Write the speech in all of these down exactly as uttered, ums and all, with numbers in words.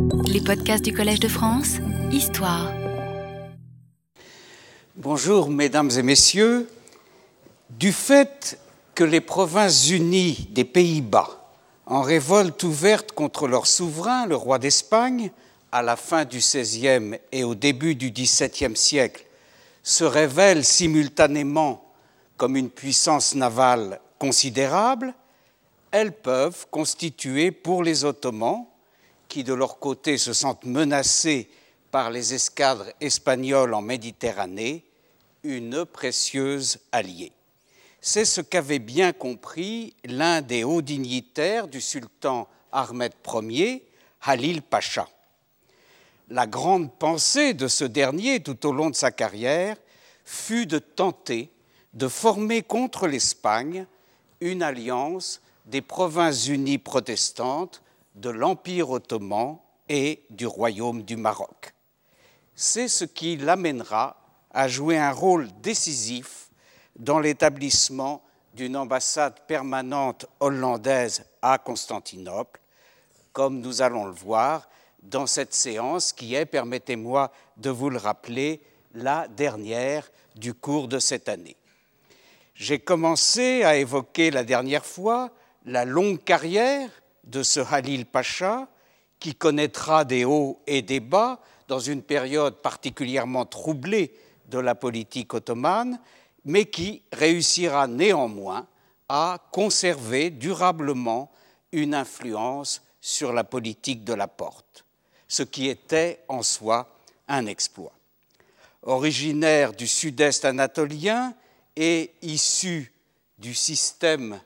Les podcasts du Collège de France, Histoire. Bonjour, mesdames et messieurs. Du fait que les Provinces-Unies des Pays-Bas, en révolte ouverte contre leur souverain, le roi d'Espagne, à la fin du seizième et au début du dix-septième siècle, se révèlent simultanément comme une puissance navale considérable, elles peuvent constituer pour les Ottomans, qui de leur côté se sentent menacés par les escadres espagnoles en Méditerranée, une précieuse alliée. C'est ce qu'avait bien compris l'un des hauts dignitaires du sultan Ahmed Ier, Halil Pacha. La grande pensée de ce dernier tout au long de sa carrière fut de tenter de former contre l'Espagne une alliance des Provinces-Unies protestantes, de l'Empire ottoman et du Royaume du Maroc. C'est ce qui l'amènera à jouer un rôle décisif dans l'établissement d'une ambassade permanente hollandaise à Constantinople, comme nous allons le voir dans cette séance qui est, permettez-moi de vous le rappeler, la dernière du cours de cette année. J'ai commencé à évoquer la dernière fois la longue carrière de ce Halil Pacha, qui connaîtra des hauts et des bas dans une période particulièrement troublée de la politique ottomane, mais qui réussira néanmoins à conserver durablement une influence sur la politique de la Porte, ce qui était en soi un exploit. Originaire du sud-est anatolien et issu du système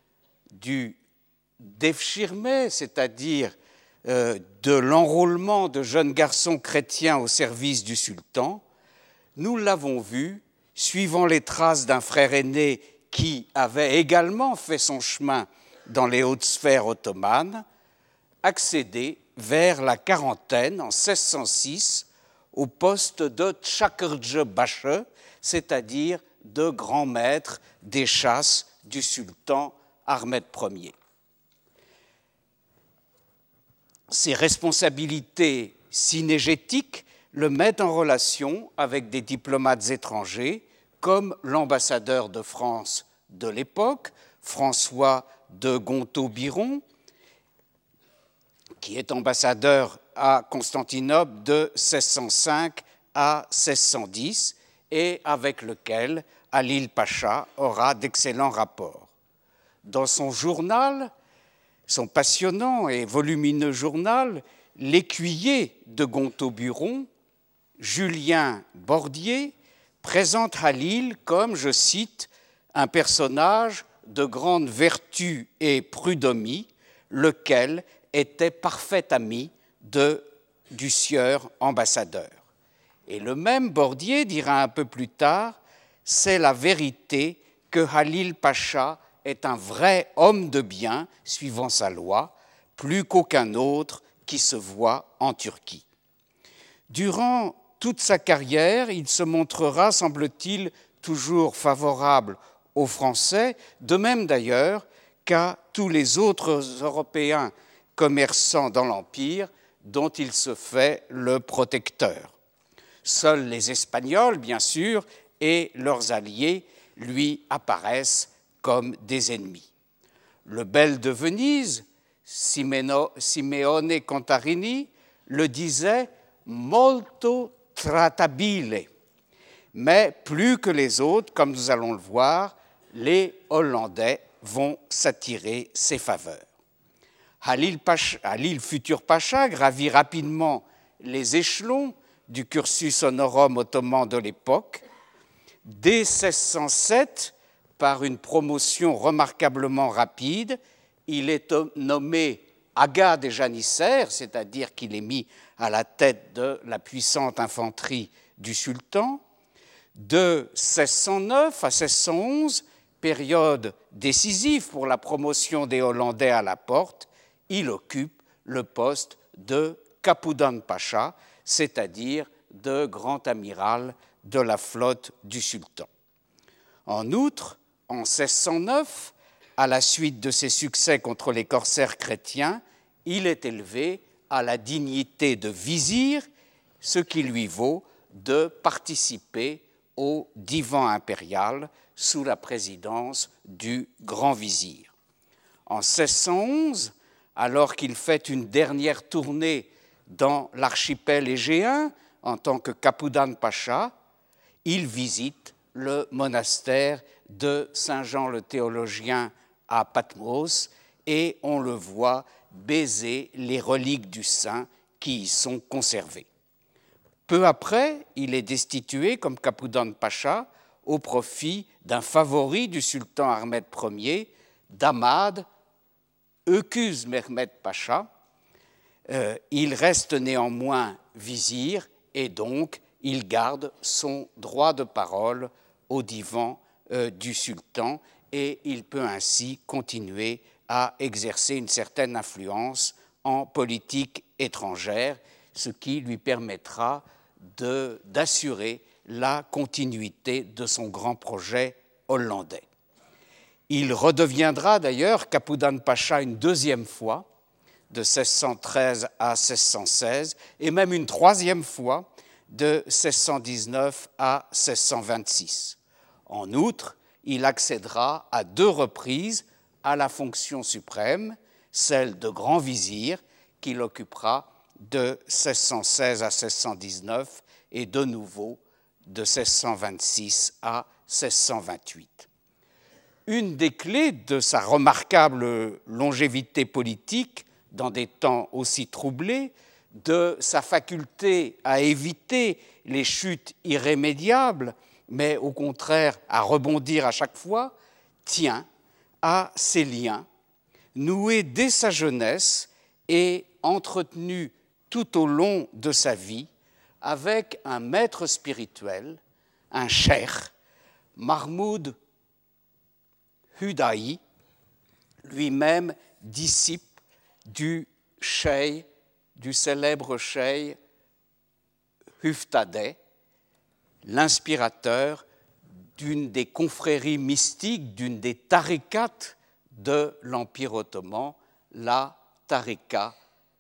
du Devshirme, c'est-à-dire euh, de l'enrôlement de jeunes garçons chrétiens au service du sultan, nous l'avons vu, suivant les traces d'un frère aîné qui avait également fait son chemin dans les hautes sphères ottomanes, accéder vers la quarantaine, en seize cent six, au poste de Çakırcıbaşı, c'est-à-dire de grand maître des chasses du sultan Ahmed Ier. Ses responsabilités synégétiques le mettent en relation avec des diplomates étrangers comme l'ambassadeur de France de l'époque, François de Gontaut-Biron, qui est ambassadeur à Constantinople de seize cent cinq à seize cent dix et avec lequel Halil Pacha aura d'excellents rapports. Dans son journal, son passionnant et volumineux journal, l'écuyer de Gontaut-Biron, Julien Bordier, présente Halil comme, je cite, un personnage de grande vertu et prud'homie, lequel était parfait ami de, du sieur ambassadeur. Et le même Bordier dira un peu plus tard, c'est la vérité que Halil Pacha est un vrai homme de bien, suivant sa loi, plus qu'aucun autre qui se voit en Turquie. Durant toute sa carrière, il se montrera, semble-t-il, toujours favorable aux Français, de même d'ailleurs qu'à tous les autres Européens commerçants dans l'Empire dont il se fait le protecteur. Seuls les Espagnols, bien sûr, et leurs alliés lui apparaissent comme des ennemis. Le bel de Venise, Simeone Contarini, le disait « molto trattabile », mais plus que les autres, comme nous allons le voir, les Hollandais vont s'attirer ses faveurs. Halil, Pacha, Halil futur Pacha gravit rapidement les échelons du cursus honorum ottoman de l'époque. Dès seize cent sept, par une promotion remarquablement rapide, il est nommé aga des janissaires, c'est-à-dire qu'il est mis à la tête de la puissante infanterie du sultan. De seize cent neuf à seize cent onze, période décisive pour la promotion des Hollandais à la Porte, il occupe le poste de Capudan Pacha, c'est-à-dire de grand amiral de la flotte du sultan. En outre, en seize cent neuf, à la suite de ses succès contre les corsaires chrétiens, il est élevé à la dignité de vizir, ce qui lui vaut de participer au divan impérial sous la présidence du grand vizir. En seize cent onze, alors qu'il fait une dernière tournée dans l'archipel égéen en tant que Kapoudan Pacha, il visite le monastère de Saint-Jean le théologien à Patmos et on le voit baiser les reliques du saint qui y sont conservées. Peu après, il est destitué comme Kapoudan Pacha au profit d'un favori du sultan Ahmed Ier, Damad Öküz Mehmet Pacha. Euh, il reste néanmoins vizir et donc il garde son droit de parole au divan euh, du sultan et il peut ainsi continuer à exercer une certaine influence en politique étrangère, ce qui lui permettra de, d'assurer la continuité de son grand projet hollandais. Il redeviendra d'ailleurs Kapoudan Pacha une deuxième fois, de seize cent treize à seize cent seize, et même une troisième fois, de seize cent dix-neuf à seize cent vingt-six. En outre, il accédera à deux reprises à la fonction suprême, celle de grand vizir, qu'il occupera de seize cent seize à seize cent dix-neuf et de nouveau de seize cent vingt-six à seize cent vingt-huit. Une des clés de sa remarquable longévité politique dans des temps aussi troublés, de sa faculté à éviter les chutes irrémédiables, mais au contraire à rebondir à chaque fois, tient à ses liens noués dès sa jeunesse et entretenus tout au long de sa vie avec un maître spirituel, un cheikh, Mahmoud Hudayi, lui-même disciple du cheikh, du célèbre cheikh Huftadeh, l'inspirateur d'une des confréries mystiques, d'une des tariqats de l'Empire ottoman, la tariqa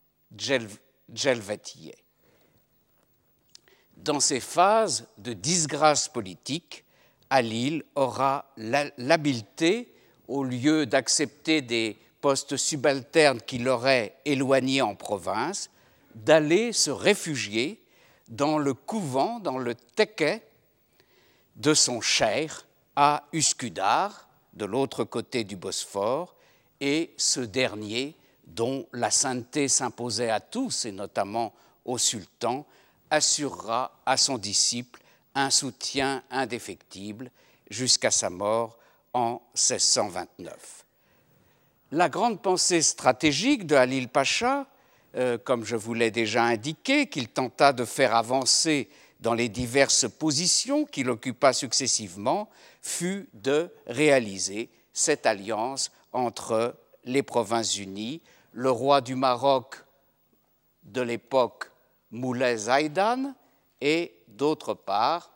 Djelvetiye. Dans ces phases de disgrâce politique, Halil aura l'habileté, au lieu d'accepter des postes subalternes qui l'auraient éloigné en province, d'aller se réfugier dans le couvent, dans le tekke de son cheikh à Üsküdar, de l'autre côté du Bosphore, et ce dernier, dont la sainteté s'imposait à tous, et notamment au sultan, assurera à son disciple un soutien indéfectible jusqu'à sa mort en seize cent vingt-neuf. La grande pensée stratégique de Halil Pacha, euh, comme je vous l'ai déjà indiqué, qu'il tenta de faire avancer dans les diverses positions qu'il occupa successivement, fut de réaliser cette alliance entre les Provinces-Unies, le roi du Maroc de l'époque Moulay Zaidan et d'autre part,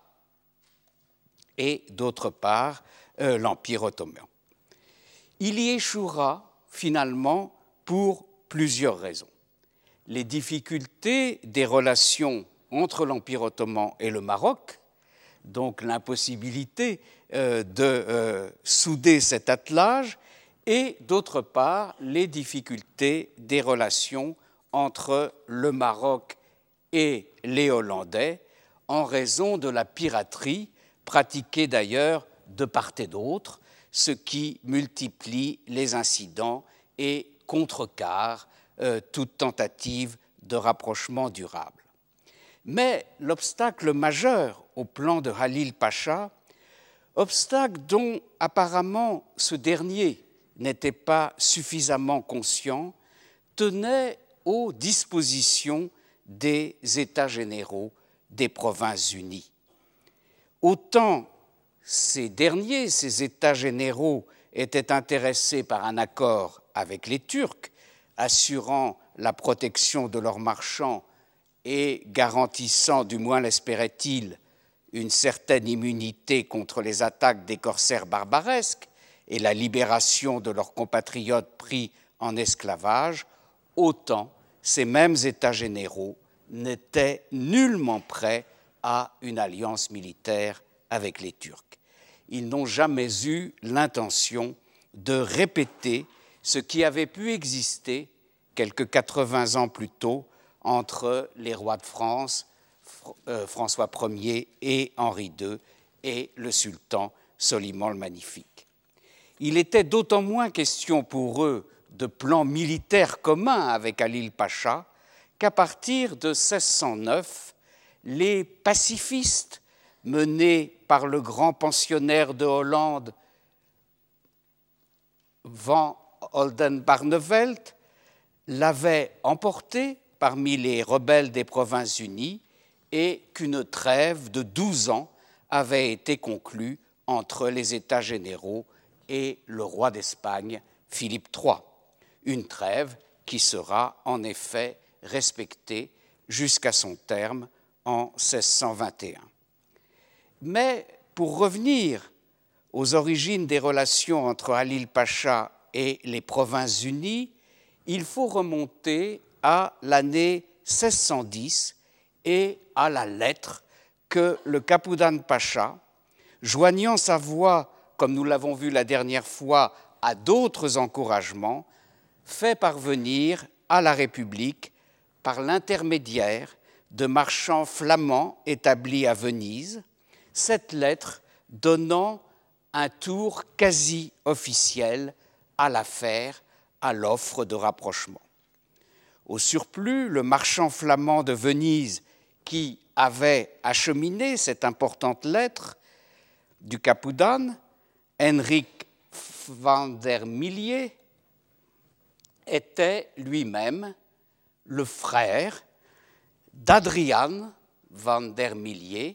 et d'autre part euh, l'Empire ottoman. Il y échouera finalement pour plusieurs raisons. Les difficultés des relations entre l'Empire ottoman et le Maroc, donc l'impossibilité euh, de euh, souder cet attelage, et d'autre part les difficultés des relations entre le Maroc et les Hollandais en raison de la piraterie pratiquée d'ailleurs de part et d'autre, ce qui multiplie les incidents et contrecarre euh, toute tentative de rapprochement durable. Mais l'obstacle majeur au plan de Halil Pacha, obstacle dont apparemment ce dernier n'était pas suffisamment conscient, tenait aux dispositions des États généraux des Provinces-Unies. Autant ces derniers, ces États généraux, étaient intéressés par un accord avec les Turcs, assurant la protection de leurs marchands et garantissant, du moins l'espérait-il, une certaine immunité contre les attaques des corsaires barbaresques et la libération de leurs compatriotes pris en esclavage, autant ces mêmes États généraux n'étaient nullement prêts à une alliance militaire avec les Turcs. Ils n'ont jamais eu l'intention de répéter ce qui avait pu exister quelques quatre-vingts ans plus tôt entre les rois de France, François Ier et Henri deux, et le sultan Soliman le Magnifique. Il était d'autant moins question pour eux de plans militaires communs avec Halil Pacha qu'à partir de seize cent neuf, les pacifistes menés par le grand pensionnaire de Hollande, Van Oldenbarnevelt, l'avaient emporté parmi les rebelles des Provinces-Unies et qu'une trêve de douze ans avait été conclue entre les États généraux et le roi d'Espagne, Philippe trois. Une trêve qui sera en effet respectée jusqu'à son terme en seize cent vingt et un. Mais pour revenir aux origines des relations entre Halil Pacha et les Provinces-Unies, il faut remonter à l'année seize cent dix et à la lettre que le Kapoudan Pacha, joignant sa voix, comme nous l'avons vu la dernière fois, à d'autres encouragements, fait parvenir à la République par l'intermédiaire de marchands flamands établis à Venise, cette lettre donnant un tour quasi officiel à l'affaire, à l'offre de rapprochement. Au surplus, le marchand flamand de Venise qui avait acheminé cette importante lettre du Kapoudan, Henrik van der Milier, était lui-même le frère d'Adrian van der Milier,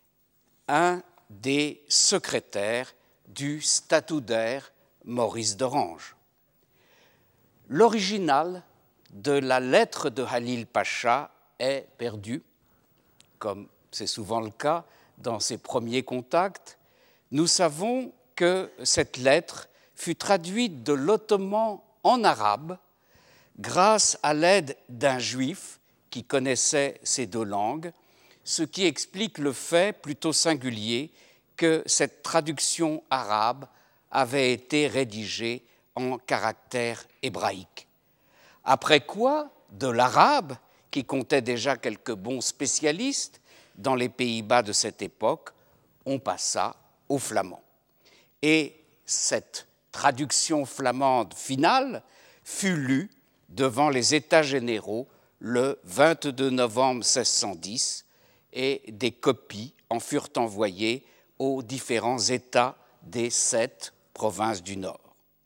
un des secrétaires du statutaire Maurice d'Orange. L'original de la lettre de Halil Pacha est perdu, comme c'est souvent le cas dans ses premiers contacts. Nous savons que cette lettre fut traduite de l'ottoman en arabe grâce à l'aide d'un juif qui connaissait ces deux langues, ce qui explique le fait plutôt singulier que cette traduction arabe avait été rédigée en caractère hébraïque. Après quoi, de l'arabe, qui comptait déjà quelques bons spécialistes dans les Pays-Bas de cette époque, on passa au flamand. Et cette traduction flamande finale fut lue devant les États généraux le vingt-deux novembre seize cent dix et des copies en furent envoyées aux différents États des sept provinces du Nord.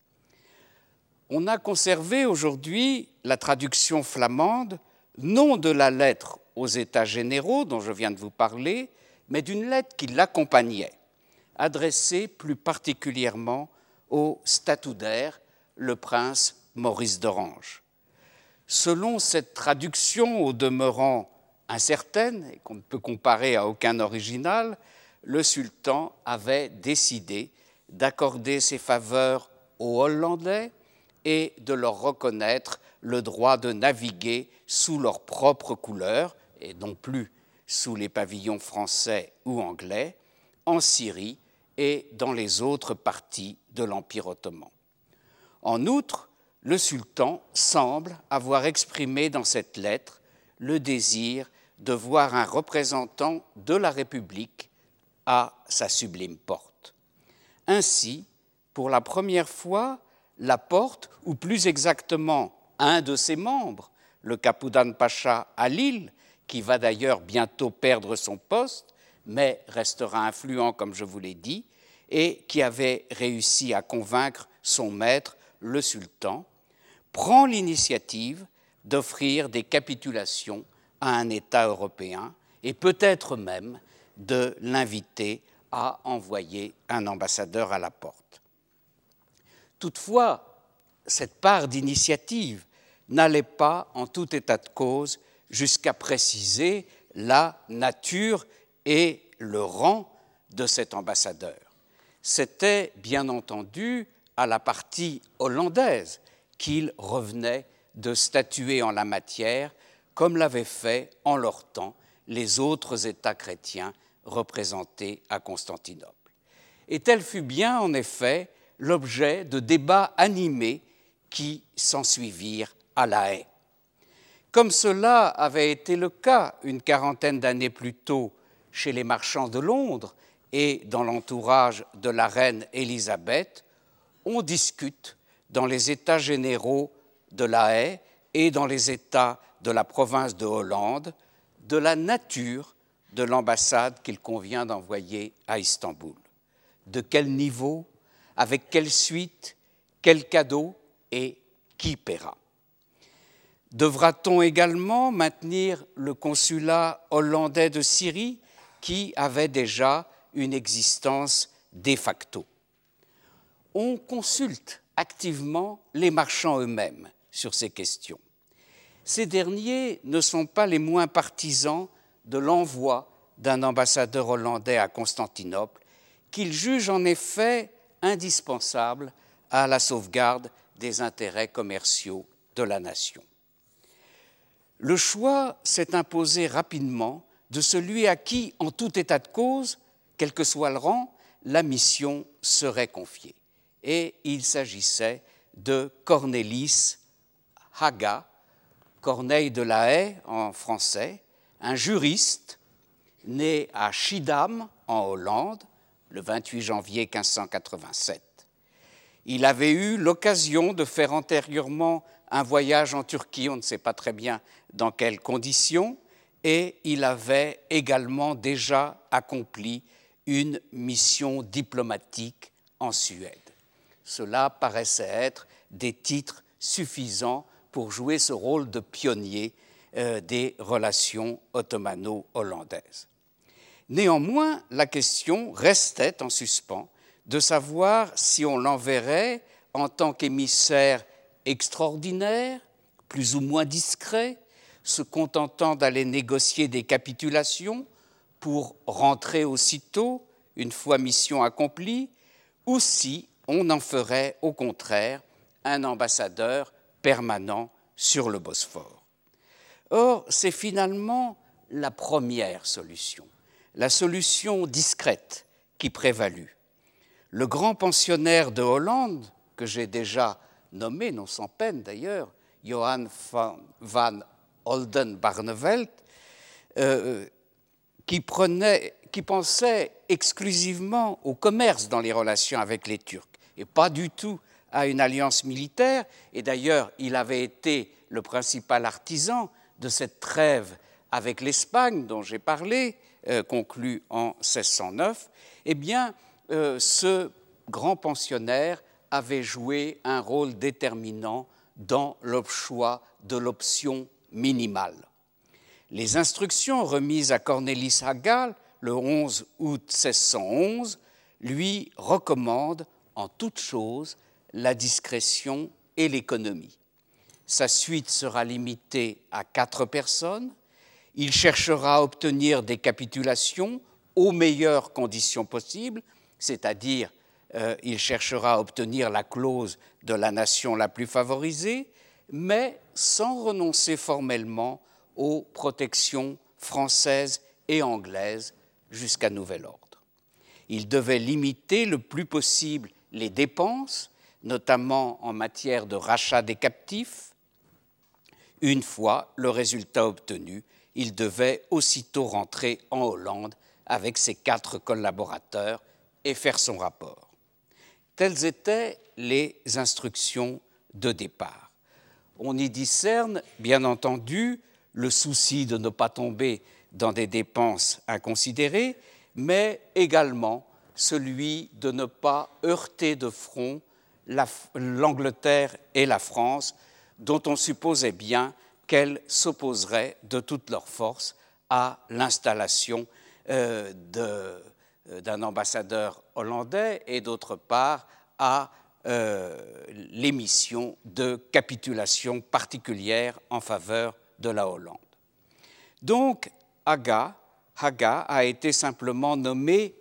On a conservé aujourd'hui la traduction flamande, non de la lettre aux États généraux dont je viens de vous parler, mais d'une lettre qui l'accompagnait, adressée plus particulièrement au statutaire, le prince Maurice d'Orange. Selon cette traduction, au demeurant incertaine et qu'on ne peut comparer à aucun original, le sultan avait décidé d'accorder ses faveurs aux Hollandais et de leur reconnaître le droit de naviguer sous leurs propres couleurs, et non plus sous les pavillons français ou anglais, en Syrie et dans les autres parties de l'Empire ottoman. En outre, le sultan semble avoir exprimé dans cette lettre le désir de voir un représentant de la République à sa sublime porte. Ainsi, pour la première fois, la porte, ou plus exactement un de ses membres, le Kapoudan Pacha Halil, qui va d'ailleurs bientôt perdre son poste, mais restera influent comme je vous l'ai dit, et qui avait réussi à convaincre son maître, le sultan, prend l'initiative d'offrir des capitulations à un État européen et peut-être même de l'inviter à envoyer un ambassadeur à la porte. Toutefois, cette part d'initiative n'allait pas, en tout état de cause, jusqu'à préciser la nature et le rang de cet ambassadeur. C'était bien entendu à la partie hollandaise qu'il revenait de statuer en la matière, comme l'avaient fait en leur temps les autres États chrétiens représentés à Constantinople. Et tel fut bien, en effet, l'objet de débats animés qui s'ensuivirent à La Haye. Comme cela avait été le cas une quarantaine d'années plus tôt chez les marchands de Londres et dans l'entourage de la reine Élisabeth, on discute dans les États généraux de La Haye et dans les États de la province de Hollande de la nature de l'ambassade qu'il convient d'envoyer à Istanbul. De quel niveau, avec quelle suite, quel cadeau et qui paiera. Devra-t-on également maintenir le consulat hollandais de Syrie qui avait déjà une existence de facto? On consulte activement les marchands eux-mêmes sur ces questions. Ces derniers ne sont pas les moins partisans de l'envoi d'un ambassadeur hollandais à Constantinople, qu'ils jugent en effet indispensable à la sauvegarde des intérêts commerciaux de la nation. Le choix s'est imposé rapidement de celui à qui, en tout état de cause, quel que soit le rang, la mission serait confiée. Et il s'agissait de Cornelis Haga, Corneille de la Haye en français, un juriste né à Schiedam en Hollande le vingt-huit janvier quinze cent quatre-vingt-sept. Il avait eu l'occasion de faire antérieurement un voyage en Turquie, on ne sait pas très bien dans quelles conditions, et il avait également déjà accompli une mission diplomatique en Suède. Cela paraissait être des titres suffisants pour jouer ce rôle de pionnier euh, des relations ottomano-hollandaises. Néanmoins, la question restait en suspens de savoir si on l'enverrait en tant qu'émissaire extraordinaire, plus ou moins discret, se contentant d'aller négocier des capitulations pour rentrer aussitôt, une fois mission accomplie, ou si on en ferait au contraire un ambassadeur permanent sur le Bosphore. Or, c'est finalement la première solution, la solution discrète qui prévalut. Le grand pensionnaire de Hollande, que j'ai déjà nommé, non sans peine d'ailleurs, Johan van Oldenbarnevelt, euh, qui, prenait, qui pensait exclusivement au commerce dans les relations avec les Turcs et pas du tout à une alliance militaire, et d'ailleurs il avait été le principal artisan de cette trêve avec l'Espagne dont j'ai parlé, euh, conclue en seize cent neuf, eh bien euh, ce grand pensionnaire avait joué un rôle déterminant dans le choix de l'option minimale. Les instructions remises à Cornelis Haga le onze août seize cent onze lui recommandent en toute chose la discrétion et l'économie. Sa suite sera limitée à quatre personnes. Il cherchera à obtenir des capitulations aux meilleures conditions possibles, c'est-à-dire euh, il cherchera à obtenir la clause de la nation la plus favorisée, mais sans renoncer formellement aux protections françaises et anglaises jusqu'à nouvel ordre. Il devait limiter le plus possible les dépenses, notamment en matière de rachat des captifs. Une fois le résultat obtenu, il devait aussitôt rentrer en Hollande avec ses quatre collaborateurs et faire son rapport. Telles étaient les instructions de départ. On y discerne, bien entendu, le souci de ne pas tomber dans des dépenses inconsidérées, mais également celui de ne pas heurter de front la, l'Angleterre et la France, dont on supposait bien qu'elles s'opposeraient de toutes leurs forces à l'installation euh, de, euh, d'un ambassadeur hollandais et d'autre part à euh, l'émission de capitulations particulières en faveur de la Hollande. Donc, Haga, Haga a été simplement nommé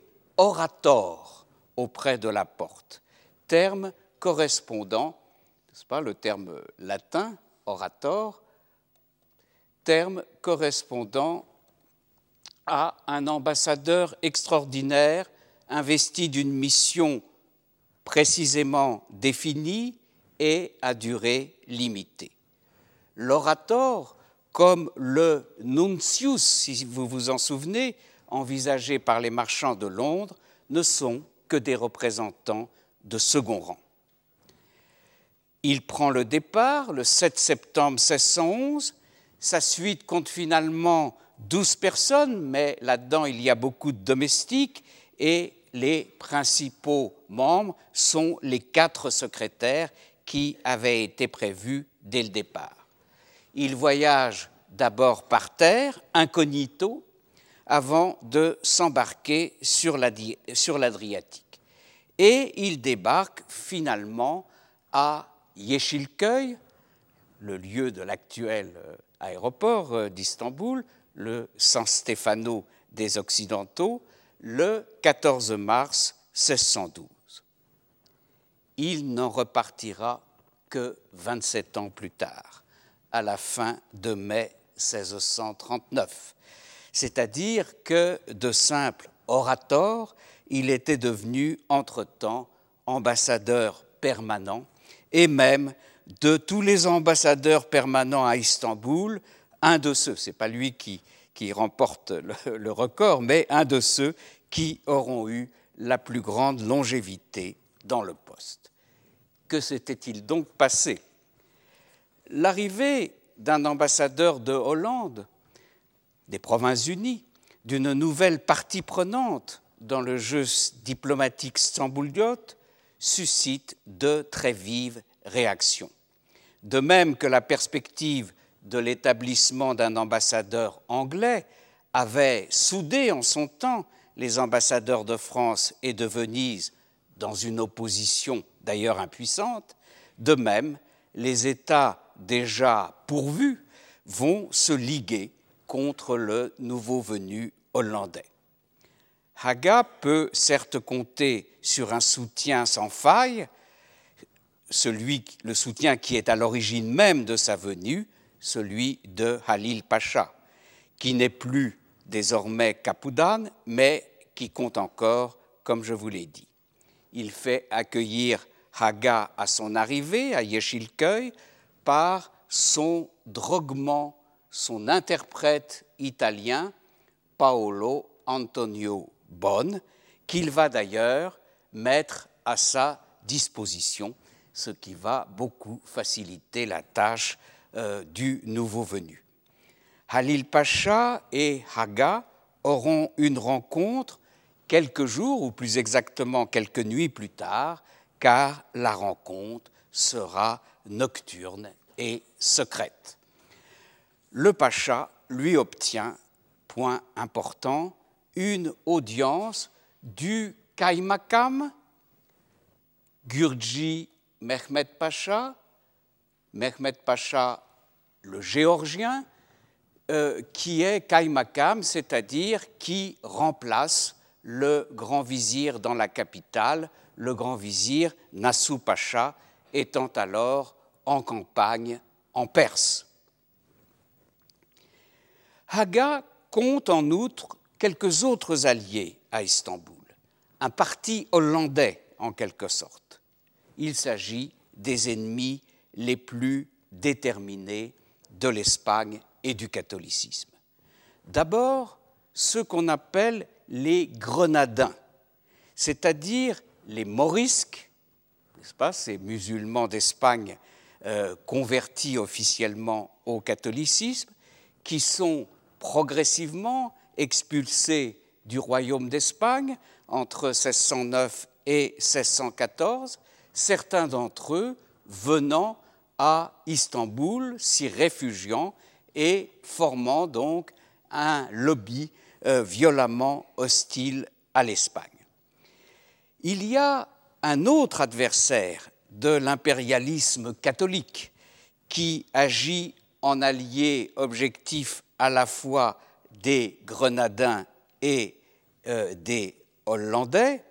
orator auprès de la porte, terme correspondant, n'est-ce pas, le terme latin orator, terme correspondant à un ambassadeur extraordinaire investi d'une mission précisément définie et à durée limitée. L'orator, comme le nuncius, si vous vous en souvenez, envisagé par les marchands de Londres, ne sont que des représentants de second rang. Il prend le départ le sept septembre mille six cent onze. Sa suite compte finalement douze personnes, mais là-dedans il y a beaucoup de domestiques et les principaux membres sont les quatre secrétaires qui avaient été prévus dès le départ. Il voyage d'abord par terre, incognito, avant de s'embarquer sur l'Adriatique. Et il débarque finalement à Yeşilköy, le lieu de l'actuel aéroport d'Istanbul, le San Stefano des Occidentaux, le quatorze mars mille six cent douze. Il n'en repartira que vingt-sept ans plus tard, à la fin de mai mille six cent trente-neuf. C'est-à-dire que de simple orator, il était devenu entre-temps ambassadeur permanent, et même de tous les ambassadeurs permanents à Istanbul, un de ceux, ce n'est pas lui qui, qui remporte le, le record, mais un de ceux qui auront eu la plus grande longévité dans le poste. Que s'était-il donc passé? L'arrivée d'un ambassadeur de Hollande, des Provinces-Unies, d'une nouvelle partie prenante dans le jeu diplomatique stambouliote, suscite de très vives réactions. De même que la perspective de l'établissement d'un ambassadeur anglais avait soudé en son temps les ambassadeurs de France et de Venise dans une opposition d'ailleurs impuissante, de même, les États déjà pourvus vont se liguer contre le nouveau venu hollandais. Haga peut certes compter sur un soutien sans faille, celui, le soutien qui est à l'origine même de sa venue, celui de Halil Pacha, qui n'est plus désormais Kapoudan, mais qui compte encore, comme je vous l'ai dit. Il fait accueillir Haga à son arrivée à Yeşilköy par son droguement, son interprète italien, Paolo Antonio Bon, qu'il va d'ailleurs mettre à sa disposition, ce qui va beaucoup faciliter la tâche euh, du nouveau venu. Halil Pacha et Haga auront une rencontre quelques jours, ou plus exactement quelques nuits plus tard, car la rencontre sera nocturne et secrète. Le Pacha lui obtient, point important, une audience du Kaymakam, Gurji Mehmed Pacha, Mehmed Pacha le géorgien, euh, qui est Kaymakam, c'est-à-dire qui remplace le grand vizir dans la capitale, le grand vizir Nassou Pacha, étant alors en campagne en Perse. Haga compte en outre quelques autres alliés à Istanbul, un parti hollandais en quelque sorte. Il s'agit des ennemis les plus déterminés de l'Espagne et du catholicisme. D'abord, ceux qu'on appelle les Grenadins, c'est-à-dire les Morisques, n'est-ce pas, ces musulmans d'Espagne euh, convertis officiellement au catholicisme, qui sont progressivement expulsés du royaume d'Espagne entre mille six cent neuf et mille six cent quatorze, certains d'entre eux venant à Istanbul, s'y réfugiant et formant donc un lobby euh, violemment hostile à l'Espagne. Il y a un autre adversaire de l'impérialisme catholique qui agit en allié objectif à la fois des Grenadins et euh, des Hollandais,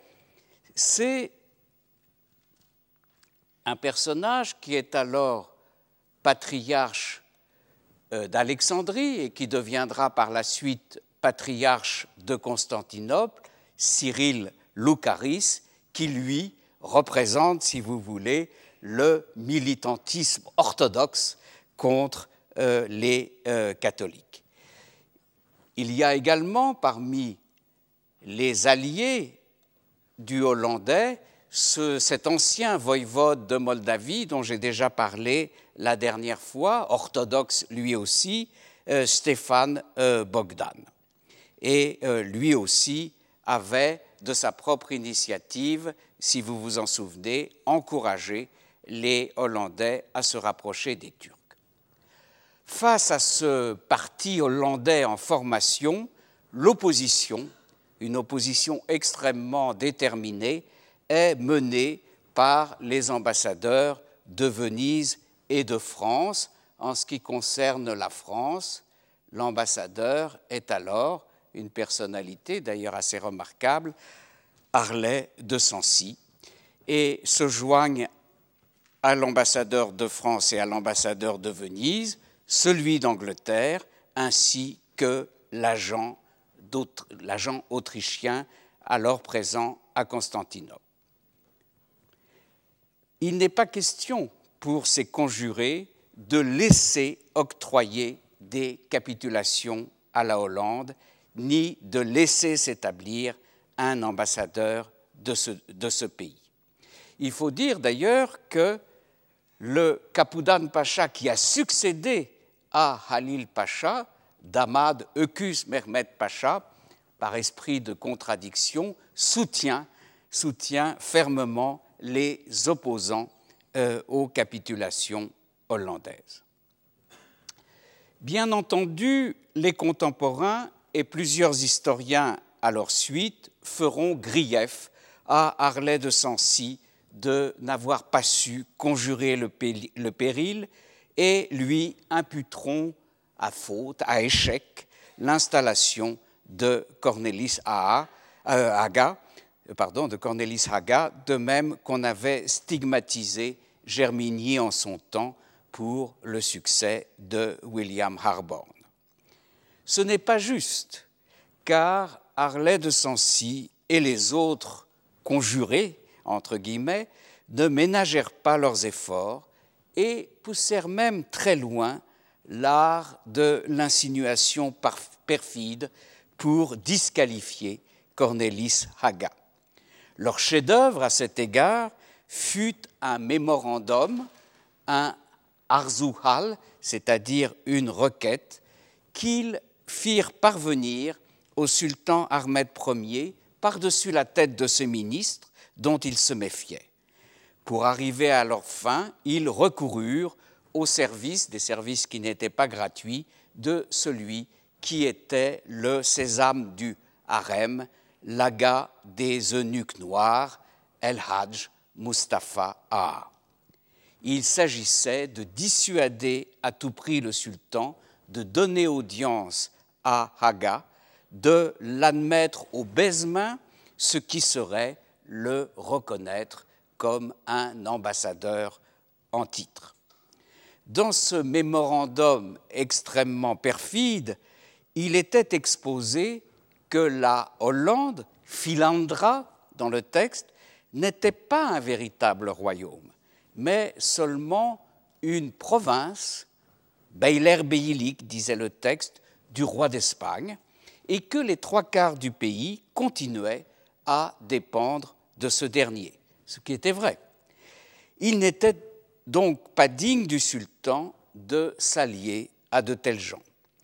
c'est un personnage qui est alors patriarche d'Alexandrie et qui deviendra par la suite patriarche de Constantinople, Cyril Loukaris, qui lui représente, si vous voulez, le militantisme orthodoxe contre euh, les euh, catholiques. Il y a également parmi les alliés du Hollandais ce, cet ancien voïvode de Moldavie dont j'ai déjà parlé la dernière fois, orthodoxe lui aussi, euh, Stéphane euh, Bogdan. Et euh, lui aussi avait, de sa propre initiative, si vous vous en souvenez, encouragé les Hollandais à se rapprocher des Turcs. Face à ce parti hollandais en formation, l'opposition, une opposition extrêmement déterminée, est menée par les ambassadeurs de Venise et de France. En ce qui concerne la France, l'ambassadeur est alors une personnalité d'ailleurs assez remarquable, Harlay de Sancy, et se joignent à l'ambassadeur de France et à l'ambassadeur de Venise, celui d'Angleterre, ainsi que l'agent, l'agent autrichien alors présent à Constantinople. Il n'est pas question pour ces conjurés de laisser octroyer des capitulations à la Hollande, ni de laisser s'établir un ambassadeur de ce, de ce pays. Il faut dire d'ailleurs que le Kapoudan Pacha qui a succédé à Halil Pacha, Damad Öküz Mehmet Pacha, par esprit de contradiction, soutient, soutient fermement les opposants euh, aux capitulations hollandaises. Bien entendu, les contemporains et plusieurs historiens à leur suite feront grief à Harlay de Sancy de n'avoir pas su conjurer le péril et lui imputeront à faute, à échec, l'installation de Cornelis Haga, pardon, de Cornelis Haga, de même qu'on avait stigmatisé Germigny en son temps pour le succès de William Harborne. Ce n'est pas juste, car Harlay de Sancy et les autres conjurés, entre guillemets, ne ménagèrent pas leurs efforts et poussèrent même très loin l'art de l'insinuation perfide pour disqualifier Cornelis Haga. Leur chef-d'œuvre à cet égard fut un mémorandum, un arzuhal, c'est-à-dire une requête, qu'ils firent parvenir au sultan Ahmed Ier par-dessus la tête de ses ministres dont ils se méfiaient. Pour arriver à leur fin, ils recoururent au service, des services qui n'étaient pas gratuits, de celui qui était le sésame du harem, l'aga des eunuques noirs, El-Hadj Mustafa Aha. Il s'agissait de dissuader à tout prix le sultan de donner audience à Haga, de l'admettre au baise-main, ce qui serait le reconnaître comme un ambassadeur en titre. Dans ce mémorandum extrêmement perfide, il était exposé que la Hollande, Filandra dans le texte, n'était pas un véritable royaume, mais seulement une province, Beylerbeylik, disait le texte, du roi d'Espagne, et que les trois quarts du pays continuaient à dépendre de ce dernier, ce qui était vrai. Il n'était donc pas digne du sultan de s'allier à de tels gens.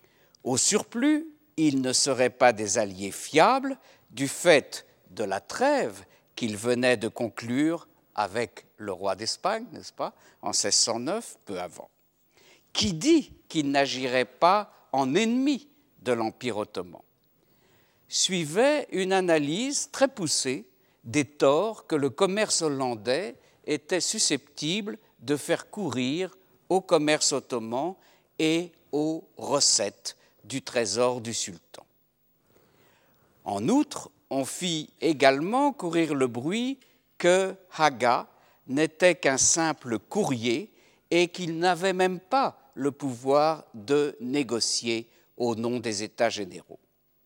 Au surplus, ils ne seraient pas des alliés fiables du fait de la trêve qu'il venait de conclure avec le roi d'Espagne, n'est-ce pas, en seize cent neuf, peu avant. Qui dit qu'il n'agirait pas en ennemi de l'Empire ottoman? Suivait une analyse très poussée des torts que le commerce hollandais était susceptible de faire courir au commerce ottoman et aux recettes du trésor du sultan. En outre, on fit également courir le bruit que Haga n'était qu'un simple courrier et qu'ils n'avaient même pas le pouvoir de négocier au nom des États généraux.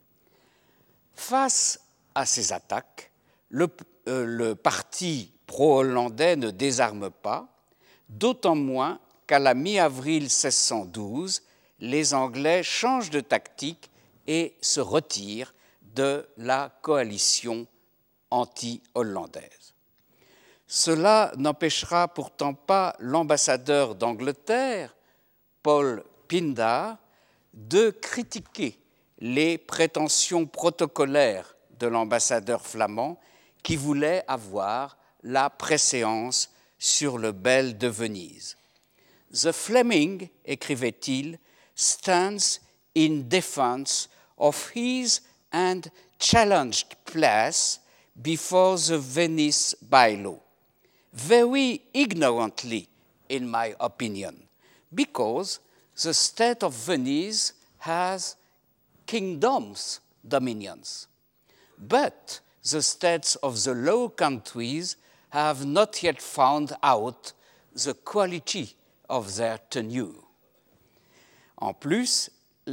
Face à ces attaques, le, euh, le parti pro-hollandais ne désarme pas, d'autant moins qu'à la mi-avril seize cent douze, les Anglais changent de tactique et se retirent de la coalition anti-hollandaise. Cela n'empêchera pourtant pas l'ambassadeur d'Angleterre, Paul Pindar, de critiquer les prétentions protocolaires de l'ambassadeur flamand qui voulait avoir la préséance sur le bel de Venise. « The Fleming, écrivait-il, stands in defense of his and challenged place before the Venice bylaw, very ignorantly, in my opinion, because the state of Venice has kingdoms, dominions. But the states of the Low Countries have not yet found out the quality of their tenue. » En plus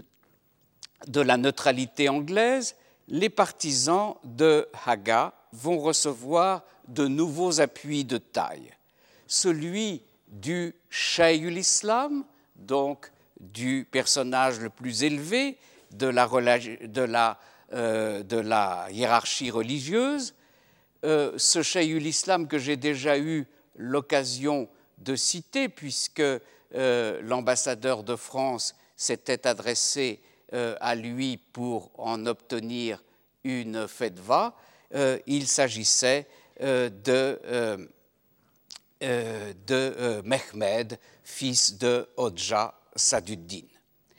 de la neutralité anglaise, les partisans de Haga vont recevoir de nouveaux appuis de taille. Celui du Cheikh Islam, donc du personnage le plus élevé de la, de la, euh, de la hiérarchie religieuse. Euh, ce Cheikh Islam que j'ai déjà eu l'occasion de citer, puisque euh, l'ambassadeur de France s'était adressé euh, à lui pour en obtenir une fetva. Euh, il s'agissait euh, de, euh, euh, de euh, Mehmed, fils de Hodja Saduddin.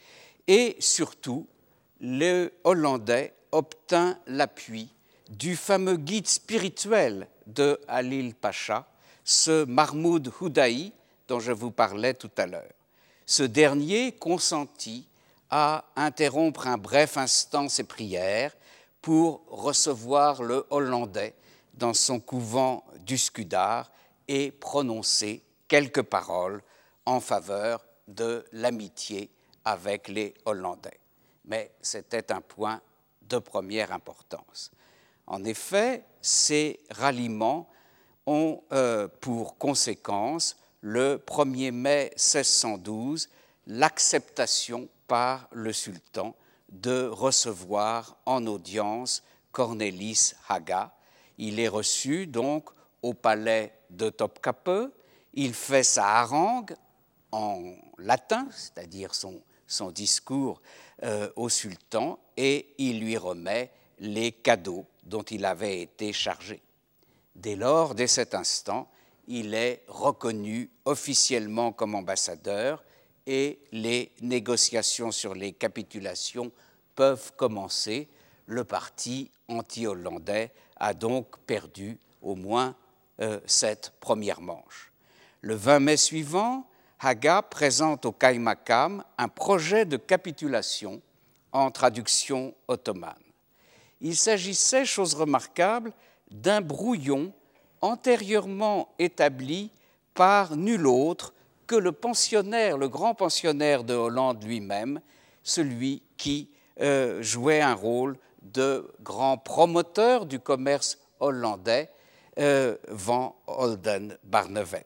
Et surtout, le Hollandais obtint l'appui du fameux guide spirituel de Halil Pacha, ce Mahmoud Houdaï dont je vous parlais tout à l'heure. Ce dernier consentit à interrompre un bref instant ses prières pour recevoir le Hollandais dans son couvent d'Uskudar et prononcer quelques paroles en faveur de l'amitié avec les Hollandais. Mais c'était un point de première importance. En effet, ces ralliements ont euh, pour conséquence, le premier mai seize cent douze, l'acceptation par le sultan de recevoir en audience Cornelis Haga. Il est reçu donc au palais de Topkapi. Il fait sa harangue en latin, c'est-à-dire son, son discours euh, au sultan, et il lui remet les cadeaux dont il avait été chargé. Dès lors, dès cet instant, il est reconnu officiellement comme ambassadeur et les négociations sur les capitulations peuvent commencer. Le parti anti-hollandais a donc perdu au moins euh, cette première manche. Le vingt mai suivant, Haga présente au Kaymakam un projet de capitulation en traduction ottomane. Il s'agissait, chose remarquable, d'un brouillon antérieurement établi par nul autre que le pensionnaire, le grand pensionnaire de Hollande lui-même, celui qui euh, jouait un rôle de grand promoteur du commerce hollandais, euh, Van Olden Barneveld.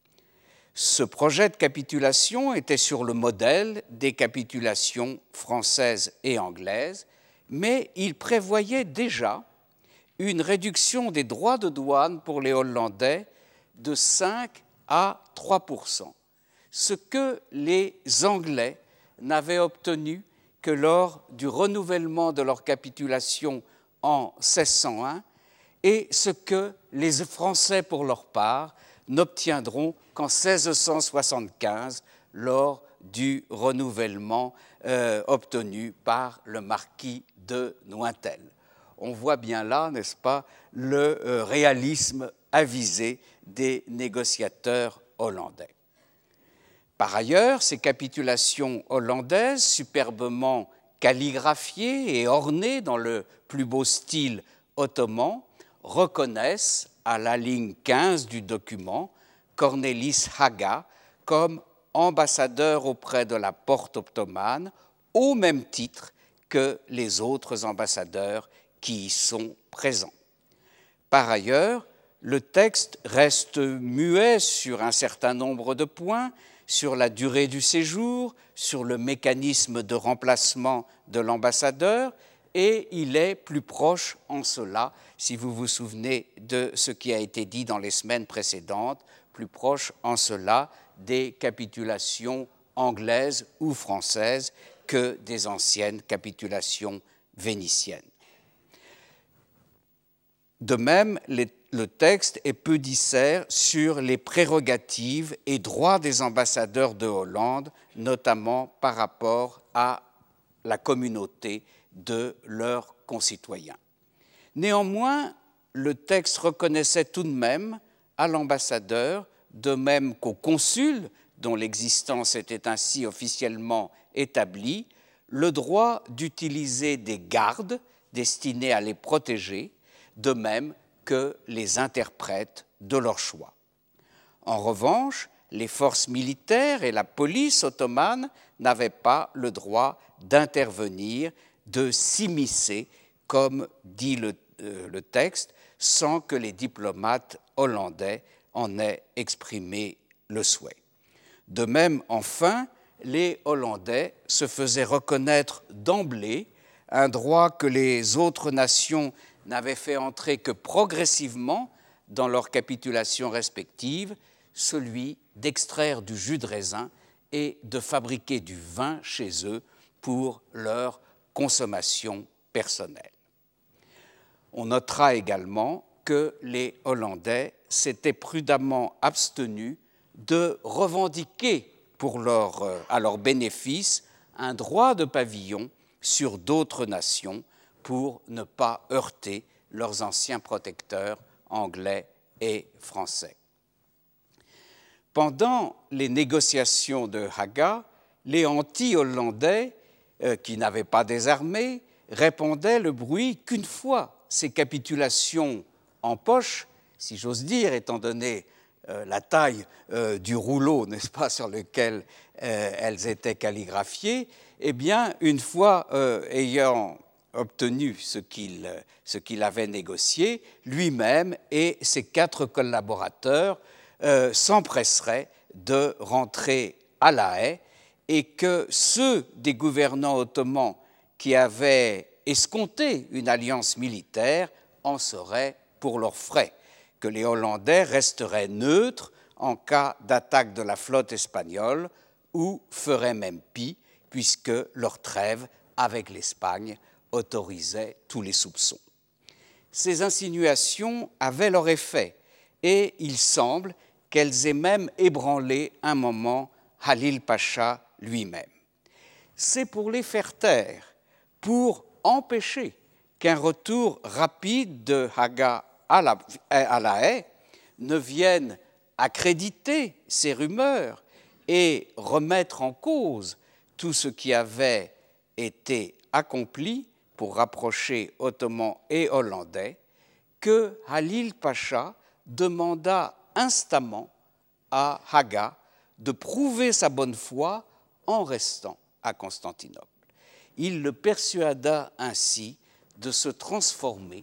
Ce projet de capitulation était sur le modèle des capitulations françaises et anglaises, mais il prévoyait déjà une réduction des droits de douane pour les Hollandais de cinq à trois pour cent, ce que les Anglais n'avaient obtenu que lors du renouvellement de leur capitulation en seize cent un et ce que les Français, pour leur part, n'obtiendront qu'en seize cent soixante-quinze lors du renouvellement euh, obtenu par le marquis de Nointel. On voit bien là, n'est-ce pas, le euh, réalisme avisé des négociateurs hollandais. Par ailleurs, ces capitulations hollandaises, superbement calligraphiées et ornées dans le plus beau style ottoman, reconnaissent à la ligne quinze du document Cornelis Haga comme ambassadeur auprès de la porte ottomane au même titre que les autres ambassadeurs qui y sont présents. Par ailleurs, le texte reste muet sur un certain nombre de points, sur la durée du séjour, sur le mécanisme de remplacement de l'ambassadeur, et il est plus proche en cela, si vous vous souvenez de ce qui a été dit dans les semaines précédentes, plus proche en cela des capitulations anglaises ou françaises que des anciennes capitulations vénitiennes. De même, les, le texte est peu disert sur les prérogatives et droits des ambassadeurs de Hollande, notamment par rapport à la communauté de leurs concitoyens. Néanmoins, le texte reconnaissait tout de même à l'ambassadeur, de même qu'au consul, dont l'existence était ainsi officiellement établie, le droit d'utiliser des gardes destinés à les protéger, de même que les interprètes de leur choix. En revanche, les forces militaires et la police ottomane n'avaient pas le droit d'intervenir, de s'immiscer, comme dit le, euh, le texte, sans que les diplomates hollandais en aient exprimé le souhait. De même, enfin, les Hollandais se faisaient reconnaître d'emblée un droit que les autres nations n'avaient fait entrer que progressivement dans leurs capitulations respectives, celui d'extraire du jus de raisin et de fabriquer du vin chez eux pour leur consommation personnelle. On notera également que les Hollandais s'étaient prudemment abstenus de revendiquer pour leur, à leur bénéfice un droit de pavillon sur d'autres nations pour ne pas heurter leurs anciens protecteurs anglais et français. Pendant les négociations de Haga, les anti-hollandais, euh, qui n'avaient pas désarmé, répandaient le bruit qu'une fois ces capitulations en poche, si j'ose dire, étant donné euh, la taille euh, du rouleau, n'est-ce pas, sur lequel euh, elles étaient calligraphiées, eh bien, une fois euh, ayant obtenu ce qu'il, ce qu'il avait négocié, lui-même et ses quatre collaborateurs euh, s'empresseraient de rentrer à La Haye et que ceux des gouvernants ottomans qui avaient escompté une alliance militaire en seraient pour leurs frais, que les Hollandais resteraient neutres en cas d'attaque de la flotte espagnole ou feraient même pis, puisque leur trêve avec l'Espagne autorisait tous les soupçons. Ces insinuations avaient leur effet, et il semble qu'elles aient même ébranlé un moment Halil Pacha lui-même. C'est pour les faire taire, pour empêcher qu'un retour rapide de Haga à la, à la Haye ne vienne accréditer ces rumeurs et remettre en cause tout ce qui avait été accompli pour rapprocher Ottomans et Hollandais, que Halil Pacha demanda instamment à Haga de prouver sa bonne foi en restant à Constantinople. Il le persuada ainsi de se transformer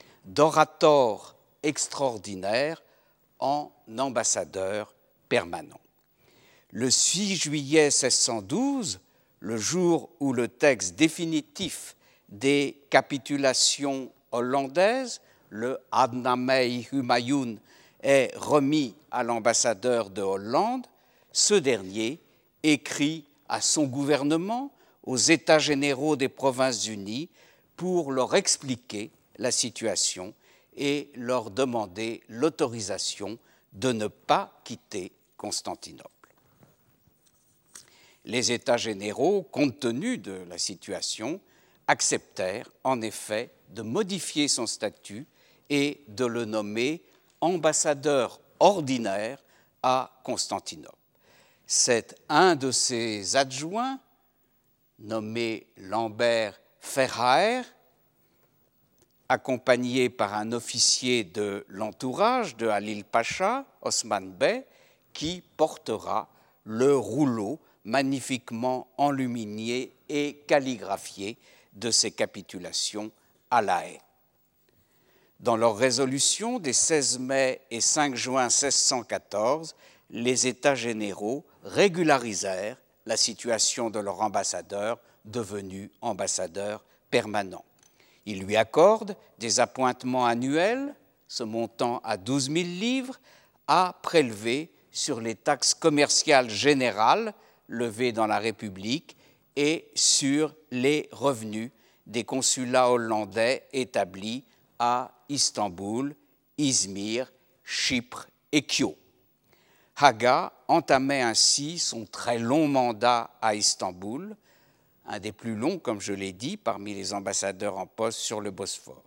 d'orateur extraordinaire en ambassadeur permanent. Le six juillet mille six cent douze, le jour où le texte définitif des capitulations hollandaises, le Adnamei Humayun, est remis à l'ambassadeur de Hollande, ce dernier écrit à son gouvernement, aux États généraux des Provinces-Unies, pour leur expliquer la situation et leur demander l'autorisation de ne pas quitter Constantinople. Les États généraux, compte tenu de la situation, acceptèrent en effet de modifier son statut et de le nommer ambassadeur ordinaire à Constantinople. C'est un de ses adjoints, nommé Lambert Ferhaer, accompagné par un officier de l'entourage de Halil Pacha, Osman Bey, qui portera le rouleau magnifiquement enluminé et calligraphié de ces capitulations à La Haye. Dans leur résolution des seize mai et cinq juin mille six cent quatorze, les États généraux régularisèrent la situation de leur ambassadeur devenu ambassadeur permanent. Ils lui accordent des appointements annuels, se montant à douze mille livres, à prélever sur les taxes commerciales générales levées dans la République et sur les revenus des consulats hollandais établis à Istanbul, Izmir, Chypre et Kio. Haga entamait ainsi son très long mandat à Istanbul, un des plus longs, comme je l'ai dit, parmi les ambassadeurs en poste sur le Bosphore.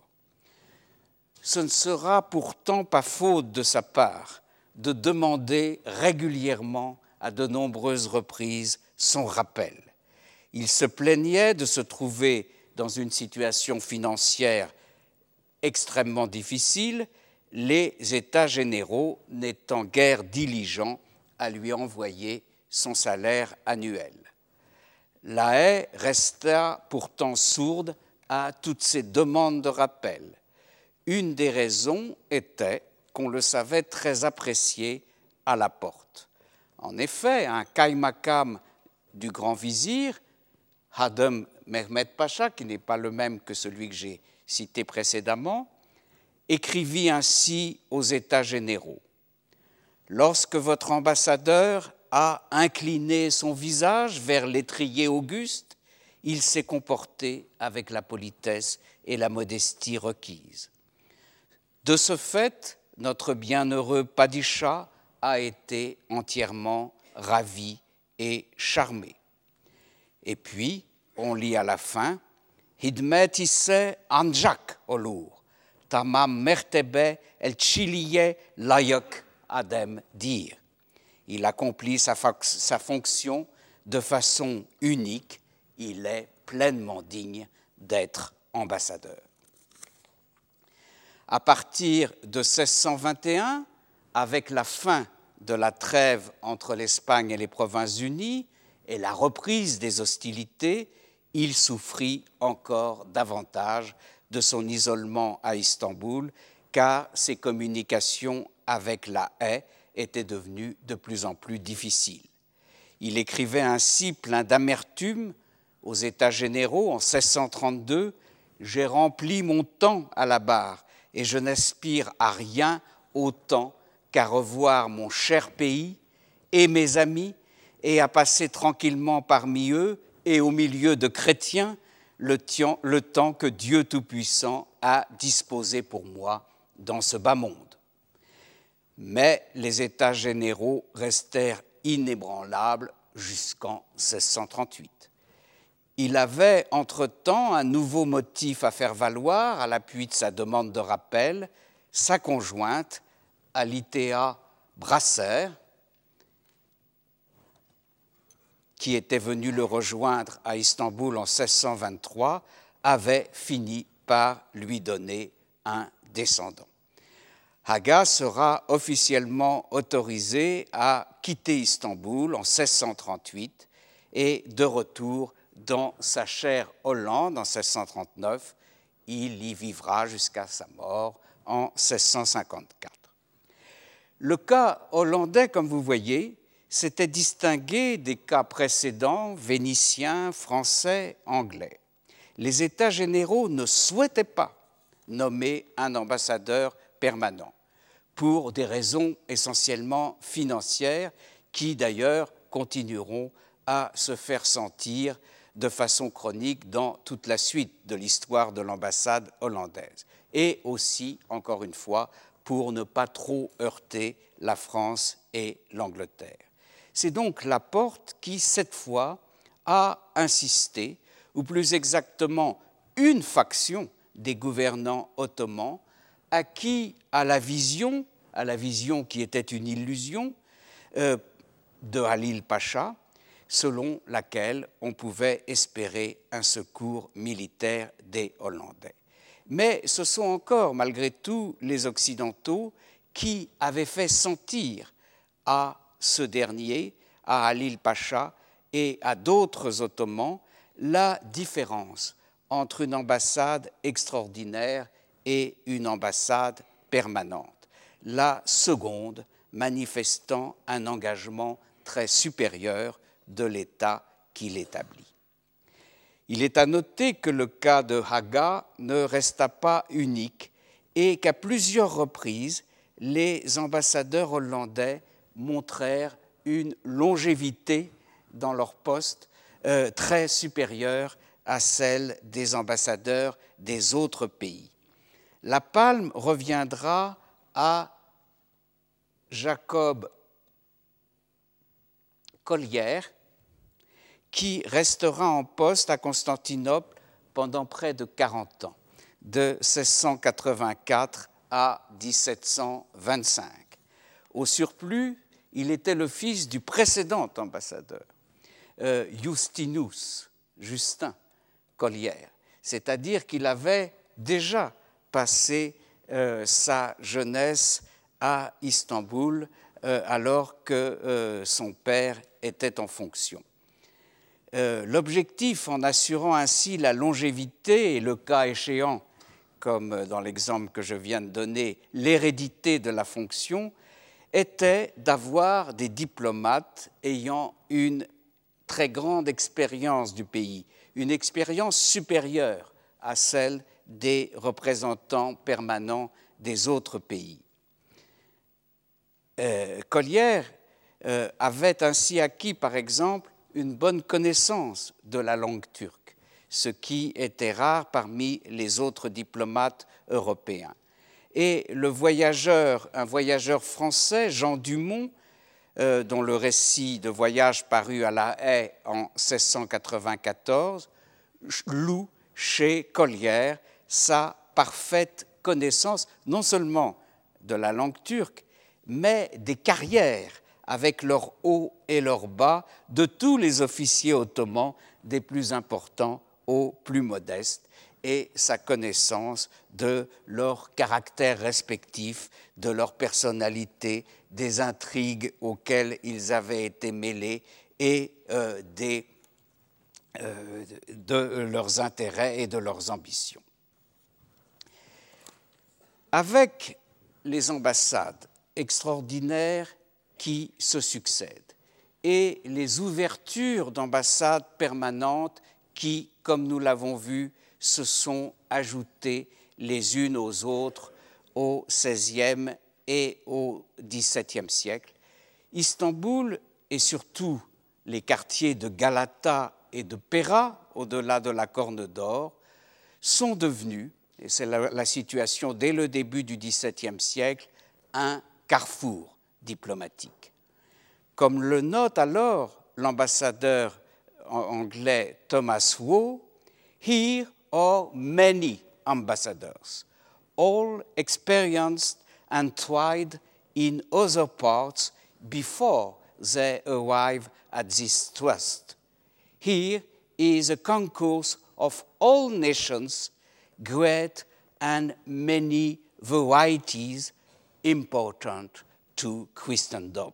Ce ne sera pourtant pas faute de sa part de demander régulièrement à de nombreuses reprises son rappel. Il se plaignait de se trouver dans une situation financière extrêmement difficile, les États généraux n'étant guère diligents à lui envoyer son salaire annuel. La Haye resta pourtant sourde à toutes ces demandes de rappel. Une des raisons était qu'on le savait très apprécié à la porte. En effet, un kaymakam du grand vizir, Hadem Mehmed Pacha, qui n'est pas le même que celui que j'ai cité précédemment, écrivit ainsi aux États généraux. « Lorsque votre ambassadeur a incliné son visage vers l'étrier auguste, il s'est comporté avec la politesse et la modestie requises. De ce fait, notre bienheureux Padishah a été entièrement ravi et charmé. » Et puis, on lit à la fin « Hidmet isse anjak olur, tamam mertebe el chiliye layak adem dir. » Il accomplit sa, sa fonction de façon unique, il est pleinement digne d'être ambassadeur. À partir de mille six cent vingt et un, avec la fin de la trêve entre l'Espagne et les Provinces-Unies et la reprise des hostilités, il souffrit encore davantage de son isolement à Istanbul, car ses communications avec la Haye étaient devenues de plus en plus difficiles. Il écrivait ainsi plein d'amertume aux États généraux en mille six cent trente-deux « J'ai rempli mon temps à la barre et je n'aspire à rien autant qu'à revoir mon cher pays et mes amis et à passer tranquillement parmi eux et au milieu de chrétiens le temps que Dieu Tout-Puissant a disposé pour moi dans ce bas monde. » Mais les États généraux restèrent inébranlables jusqu'en mille six cent trente-huit. Il avait entre-temps un nouveau motif à faire valoir à l'appui de sa demande de rappel, sa conjointe, Alitea Brasser, qui était venue le rejoindre à Istanbul en mille six cent vingt-trois, avait fini par lui donner un descendant. Haga sera officiellement autorisé à quitter Istanbul en mille six cent trente-huit et de retour dans sa chère Hollande en mille six cent trente-neuf, il y vivra jusqu'à sa mort en mille six cent cinquante-quatre. Le cas hollandais, comme vous voyez, s'était distingué des cas précédents, vénitiens, français, anglais. Les États généraux ne souhaitaient pas nommer un ambassadeur permanent, pour des raisons essentiellement financières qui d'ailleurs continueront à se faire sentir de façon chronique dans toute la suite de l'histoire de l'ambassade hollandaise. Et aussi, encore une fois, pour ne pas trop heurter la France et l'Angleterre. C'est donc Laporte qui, cette fois, a insisté, ou plus exactement une faction des gouvernants ottomans, à qui, à la vision, à la vision qui était une illusion, euh, de Halil Pacha, selon laquelle on pouvait espérer un secours militaire des Hollandais. Mais ce sont encore, malgré tout, les Occidentaux qui avaient fait sentir à ce dernier, à Halil Pacha et à d'autres Ottomans la différence entre une ambassade extraordinaire et une ambassade permanente, la seconde manifestant un engagement très supérieur de l'État qui l'établit. Il est à noter que le cas de Haga ne resta pas unique et qu'à plusieurs reprises, les ambassadeurs hollandais montrèrent une longévité dans leur poste euh, très supérieure à celle des ambassadeurs des autres pays. La palme reviendra à Jacob Collier, qui restera en poste à Constantinople pendant près de quarante ans, de seize cent quatre-vingt-quatre à dix-sept cent vingt-cinq. Au surplus, il était le fils du précédent ambassadeur, euh, Justinus, Justin Collier, c'est-à-dire qu'il avait déjà passé euh, sa jeunesse à Istanbul euh, alors que euh, son père était en fonction. Euh, l'objectif, en assurant ainsi la longévité et le cas échéant, comme dans l'exemple que je viens de donner, l'hérédité de la fonction, était d'avoir des diplomates ayant une très grande expérience du pays, une expérience supérieure à celle des représentants permanents des autres pays. Euh, Collier euh, avait ainsi acquis, par exemple, une bonne connaissance de la langue turque, ce qui était rare parmi les autres diplomates européens. Et le voyageur, un voyageur français, Jean Dumont, euh, dont le récit de voyage parut à La Haye en seize cent quatre-vingt-quatorze, loue chez Collier sa parfaite connaissance non seulement de la langue turque, mais des carrières avec leurs hauts et leurs bas de tous les officiers ottomans, des plus importants aux plus modestes, et sa connaissance de leur caractère respectif, de leur personnalité, des intrigues auxquelles ils avaient été mêlés et euh, des, euh, de leurs intérêts et de leurs ambitions. Avec les ambassades extraordinaires qui se succèdent et les ouvertures d'ambassades permanentes qui, comme nous l'avons vu, se sont ajoutées les unes aux autres au seizième et au dix-septième siècle, Istanbul et surtout les quartiers de Galata et de Pera, au-delà de la Corne d'Or, sont devenus, et c'est la, la situation dès le début du dix-septième siècle, un carrefour diplomatique. Comme le note alors l'ambassadeur anglais Thomas Waugh, here are many ambassadors, all experienced and tried in other parts before they arrive at this trust. Here is a concourse of all nations, great and many varieties important to Christendom.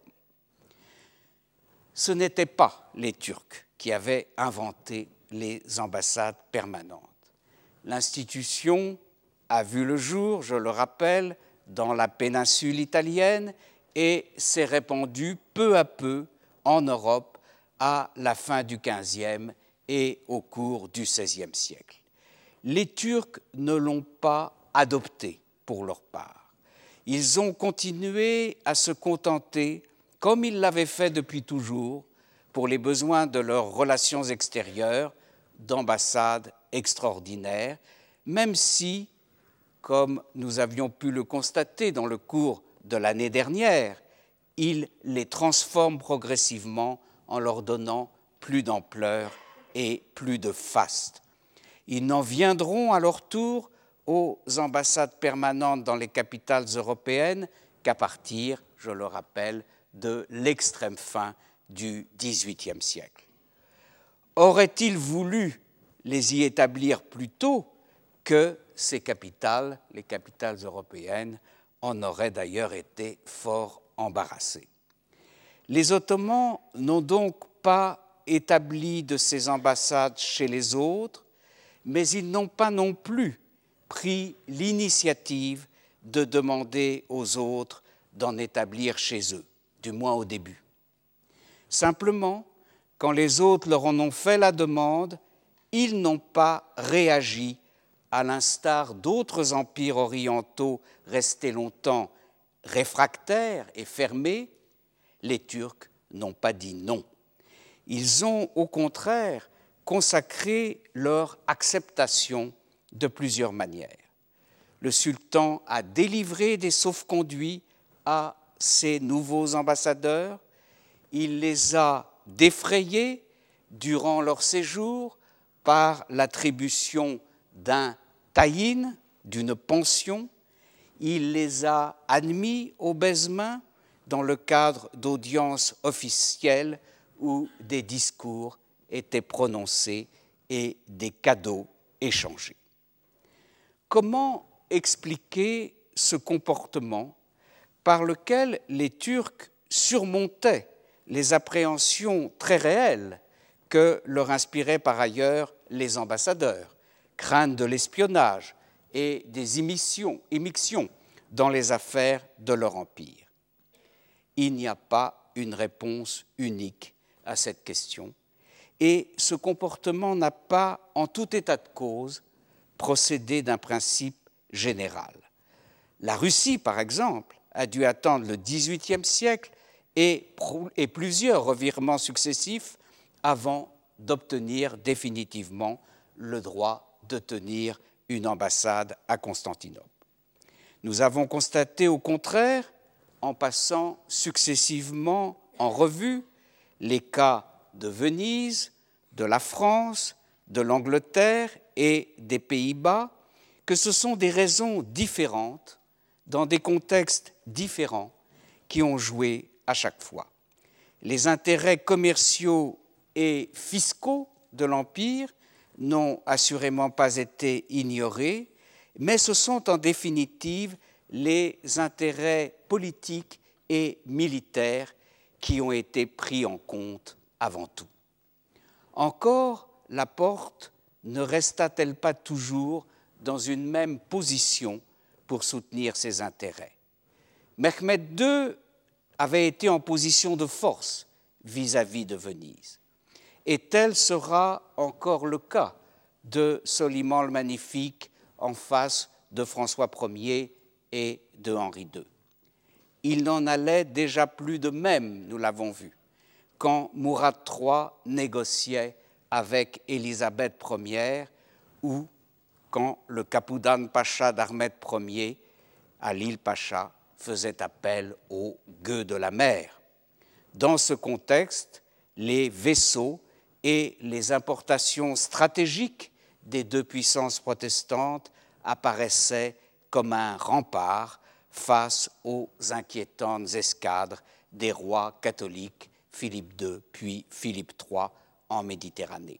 Ce n'étaient pas les Turcs qui avaient inventé les ambassades permanentes. L'institution a vu le jour, je le rappelle, dans la péninsule italienne et s'est répandue peu à peu en Europe à la fin du quinzième et au cours du seizième siècle. Les Turcs ne l'ont pas adoptée pour leur part. Ils ont continué à se contenter, comme ils l'avaient fait depuis toujours, pour les besoins de leurs relations extérieures, d'ambassades extraordinaires, même si, comme nous avions pu le constater dans le cours de l'année dernière, ils les transforment progressivement en leur donnant plus d'ampleur et plus de faste. Ils n'en viendront à leur tour aux ambassades permanentes dans les capitales européennes qu'à partir, je le rappelle, de l'extrême fin du dix-huitième siècle. Aurait-il voulu les y établir plus tôt que ces capitales, les capitales européennes, en auraient d'ailleurs été fort embarrassées. Les Ottomans n'ont donc pas établi de ces ambassades chez les autres, mais ils n'ont pas non plus pris l'initiative de demander aux autres d'en établir chez eux, du moins au début. Simplement, quand les autres leur en ont fait la demande, ils n'ont pas réagi, à l'instar d'autres empires orientaux restés longtemps réfractaires et fermés. Les Turcs n'ont pas dit non. Ils ont au contraire consacré leur acceptation de plusieurs manières. Le sultan a délivré des sauf-conduits à ses nouveaux ambassadeurs, il les a défrayés durant leur séjour par l'attribution d'un taïn, d'une pension, il les a admis au Besmin dans le cadre d'audiences officielles où des discours étaient prononcés et des cadeaux échangés. Comment expliquer ce comportement par lequel les Turcs surmontaient les appréhensions très réelles que leur inspiraient par ailleurs les ambassadeurs, crainte de l'espionnage et des immixtions, immixtions dans les affaires de leur empire? Il n'y a pas une réponse unique à cette question, et ce comportement n'a pas, en tout état de cause, procédé d'un principe général. La Russie, par exemple, a dû attendre le dix-huitième siècle et, et plusieurs revirements successifs avant d'obtenir définitivement le droit de tenir une ambassade à Constantinople. Nous avons constaté au contraire, en passant successivement en revue les cas de Venise, de la France, de l'Angleterre et des Pays-Bas, que ce sont des raisons différentes, dans des contextes différents, qui ont joué à chaque fois. Les intérêts commerciaux et fiscaux de l'Empire n'ont assurément pas été ignorés, mais ce sont en définitive les intérêts politiques et militaires qui ont été pris en compte avant tout. Encore, la Porte ne resta-t-elle pas toujours dans une même position pour soutenir ses intérêts? Mehmed deux avait été en position de force vis-à-vis de Venise. Et tel sera encore le cas de Soliman le Magnifique en face de François Ier et de Henri deux. Il n'en allait déjà plus de même, nous l'avons vu, quand Mourad trois négociait avec Élisabeth Première ou quand le Kapoudan Pacha d'Ahmed Ier, Halil Pacha, faisait appel aux gueux de la mer. Dans ce contexte, les vaisseaux et les importations stratégiques des deux puissances protestantes apparaissaient comme un rempart face aux inquiétantes escadres des rois catholiques Philippe deux puis Philippe trois en Méditerranée.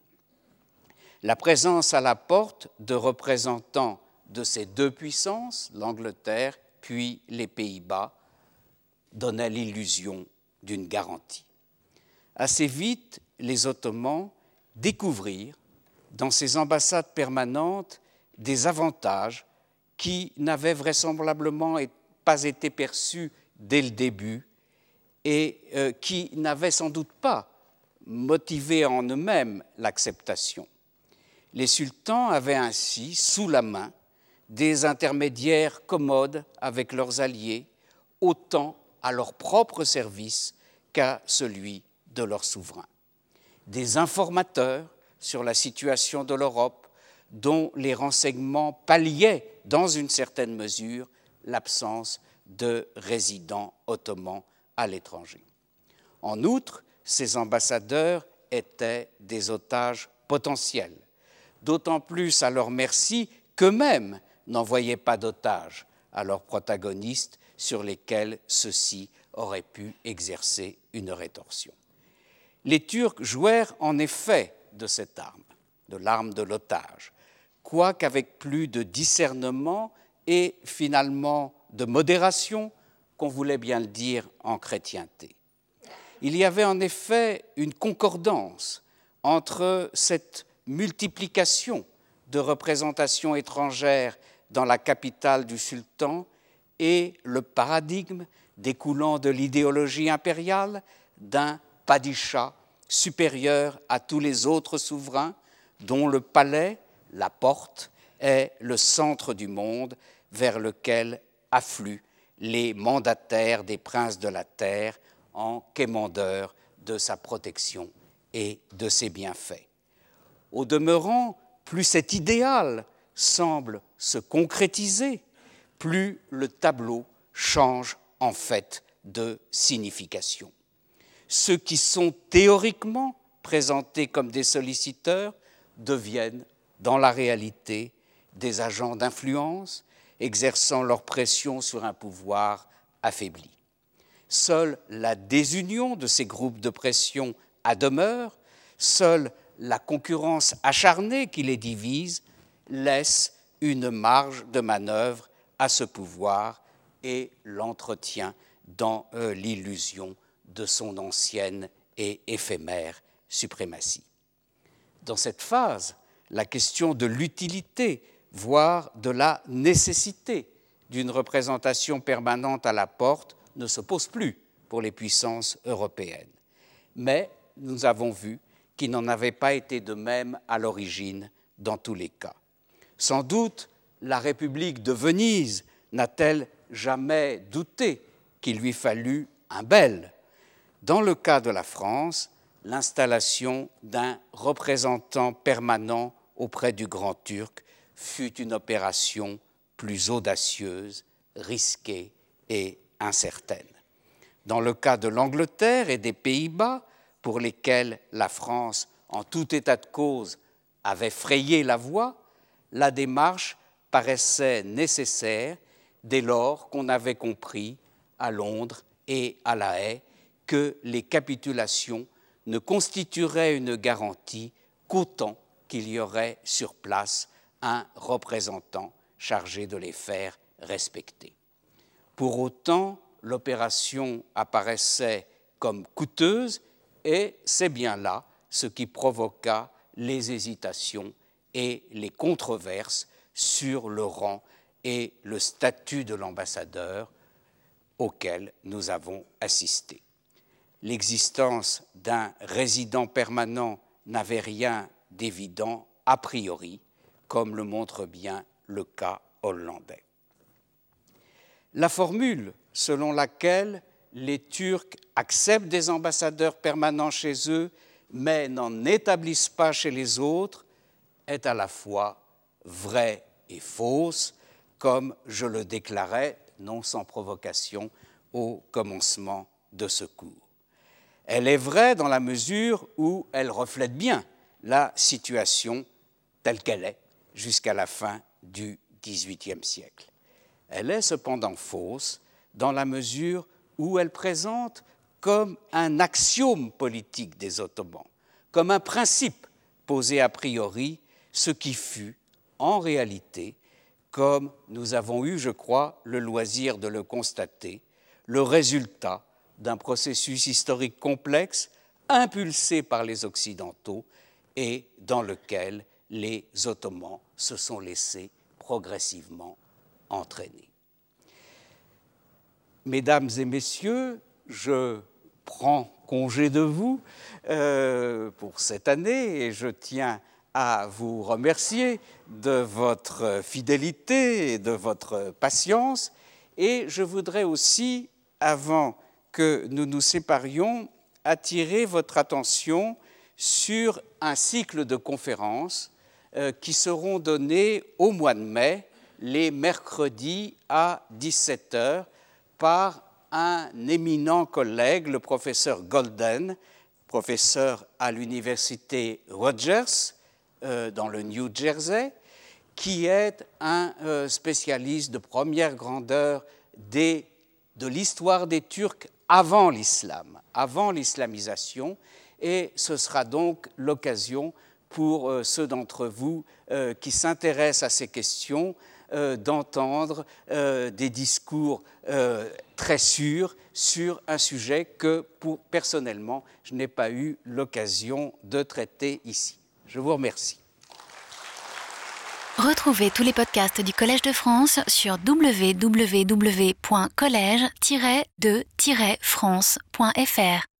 La présence à la porte de représentants de ces deux puissances, l'Angleterre puis les Pays-Bas, donnait l'illusion d'une garantie. Assez vite, les Ottomans découvrirent dans ces ambassades permanentes des avantages qui n'avaient vraisemblablement pas été perçus dès le début et euh, qui n'avaient sans doute pas motivé en eux-mêmes l'acceptation. Les sultans avaient ainsi sous la main des intermédiaires commodes avec leurs alliés, autant à leur propre service qu'à celui de leur souverain. Des informateurs sur la situation de l'Europe dont les renseignements palliaient dans une certaine mesure l'absence de résidents ottomans à l'étranger. En outre, ces ambassadeurs étaient des otages potentiels, d'autant plus à leur merci qu'eux-mêmes n'envoyaient pas d'otages à leurs protagonistes sur lesquels ceux-ci auraient pu exercer une rétorsion. Les Turcs jouèrent en effet de cette arme, de l'arme de l'otage, quoiqu'avec plus de discernement et finalement de modération, qu'on voulait bien le dire en chrétienté. il y avait en effet une concordance entre cette multiplication de représentations étrangères dans la capitale du sultan et le paradigme découlant de l'idéologie impériale d'un padishah supérieur à tous les autres souverains, dont le palais, la porte, est le centre du monde vers lequel affluent les mandataires des princes de la terre en quémandeurs de sa protection et de ses bienfaits. Au demeurant, plus cet idéal semble se concrétiser, plus le tableau change en fait de signification. Ceux qui sont théoriquement présentés comme des solliciteurs deviennent, dans la réalité, des agents d'influence, exerçant leur pression sur un pouvoir affaibli. Seule la désunion de ces groupes de pression à demeure, seule la concurrence acharnée qui les divise laisse une marge de manœuvre à ce pouvoir et l'entretient dans euh, l'illusion de son ancienne et éphémère suprématie. Dans cette phase, la question de l'utilité, voire de la nécessité d'une représentation permanente à la porte ne se pose plus pour les puissances européennes. Mais nous avons vu qu'il n'en avait pas été de même à l'origine dans tous les cas. Sans doute, la République de Venise n'a-t-elle jamais douté qu'il lui fallut un bel. Dans le cas de la France, l'installation d'un représentant permanent auprès du Grand Turc fut une opération plus audacieuse, risquée et incertaine. Dans le cas de l'Angleterre et des Pays-Bas, pour lesquels la France, en tout état de cause, avait frayé la voie, la démarche paraissait nécessaire dès lors qu'on avait compris à Londres et à La Haye que les capitulations ne constitueraient une garantie qu'autant qu'il y aurait sur place un représentant chargé de les faire respecter. Pour autant, l'opération apparaissait comme coûteuse et c'est bien là ce qui provoqua les hésitations et les controverses sur le rang et le statut de l'ambassadeur auquel nous avons assisté. L'existence d'un résident permanent n'avait rien d'évident a priori, comme le montre bien le cas hollandais. La formule selon laquelle les Turcs acceptent des ambassadeurs permanents chez eux, mais n'en établissent pas chez les autres, est à la fois vraie et fausse, comme je le déclarais, non sans provocation, au commencement de ce cours. Elle est vraie dans la mesure où elle reflète bien la situation telle qu'elle est jusqu'à la fin du dix-huitième siècle. Elle est cependant fausse dans la mesure où elle présente comme un axiome politique des Ottomans, comme un principe posé a priori, ce qui fut, en réalité, comme nous avons eu, je crois, le loisir de le constater, le résultat d'un processus historique complexe, impulsé par les Occidentaux et dans lequel les Ottomans se sont laissés progressivement entraîner. Mesdames et messieurs, je prends congé de vous euh, pour cette année et je tiens à vous remercier de votre fidélité et de votre patience. Et je voudrais aussi, avant que nous nous séparions, attirer votre attention sur un cycle de conférences euh, qui seront données au mois de mai, les mercredis à dix-sept heures, par un éminent collègue, le professeur Golden, professeur à l'université Rutgers, euh, dans le New Jersey, qui est un euh, spécialiste de première grandeur des, de l'histoire des Turcs avant l'islam, avant l'islamisation, et ce sera donc l'occasion pour euh, ceux d'entre vous euh, qui s'intéressent à ces questions euh, d'entendre euh, des discours euh, très sûrs sur un sujet que, pour, personnellement, je n'ai pas eu l'occasion de traiter ici. Je vous remercie. Retrouvez tous les podcasts du Collège de France sur w w w point collège tiret de tiret france point f r.